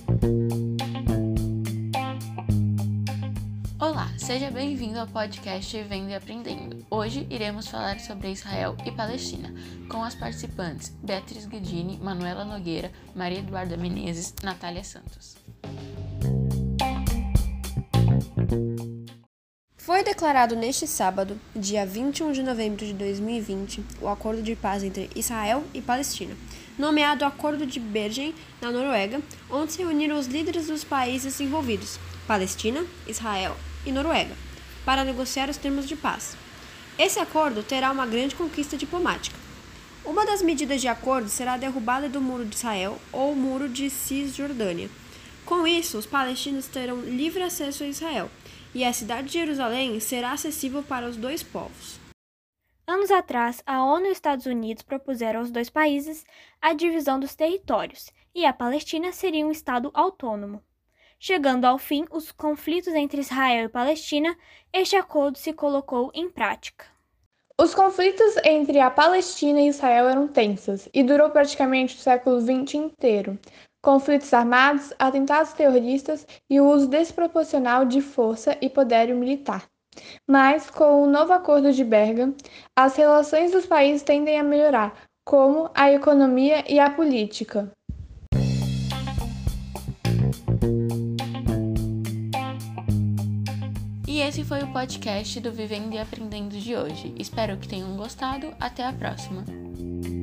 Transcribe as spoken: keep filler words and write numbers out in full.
Olá, seja bem-vindo ao podcast Vivendo e Aprendendo. Hoje iremos falar sobre Israel e Palestina, com as participantes Beatriz Guedini, Manuela Nogueira, Maria Eduarda Menezes, Natália Santos. Foi declarado neste sábado, dia vinte e um de novembro de dois mil e vinte, o Acordo de Paz entre Israel e Palestina, nomeado Acordo de Bergen, na Noruega, onde se reuniram os líderes dos países envolvidos, Palestina, Israel e Noruega, para negociar os termos de paz. Esse acordo terá uma grande conquista diplomática. Uma das medidas de acordo será a derrubada do Muro de Israel ou Muro de Cisjordânia. Com isso, os palestinos terão livre acesso a Israel, e a cidade de Jerusalém será acessível para os dois povos. Anos atrás, a ONU e os Estados Unidos propuseram aos dois países a divisão dos territórios, e a Palestina seria um estado autônomo. Chegando ao fim os conflitos entre Israel e Palestina, este acordo se colocou em prática. Os conflitos entre a Palestina e Israel eram tensos e durou praticamente o século vinte inteiro. Conflitos armados, atentados terroristas e o uso desproporcional de força e poderio militar. Mas, com o novo Acordo de Bergen, as relações dos países tendem a melhorar, como a economia e a política. E esse foi o podcast do Vivendo e Aprendendo de hoje. Espero que tenham gostado. Até a próxima!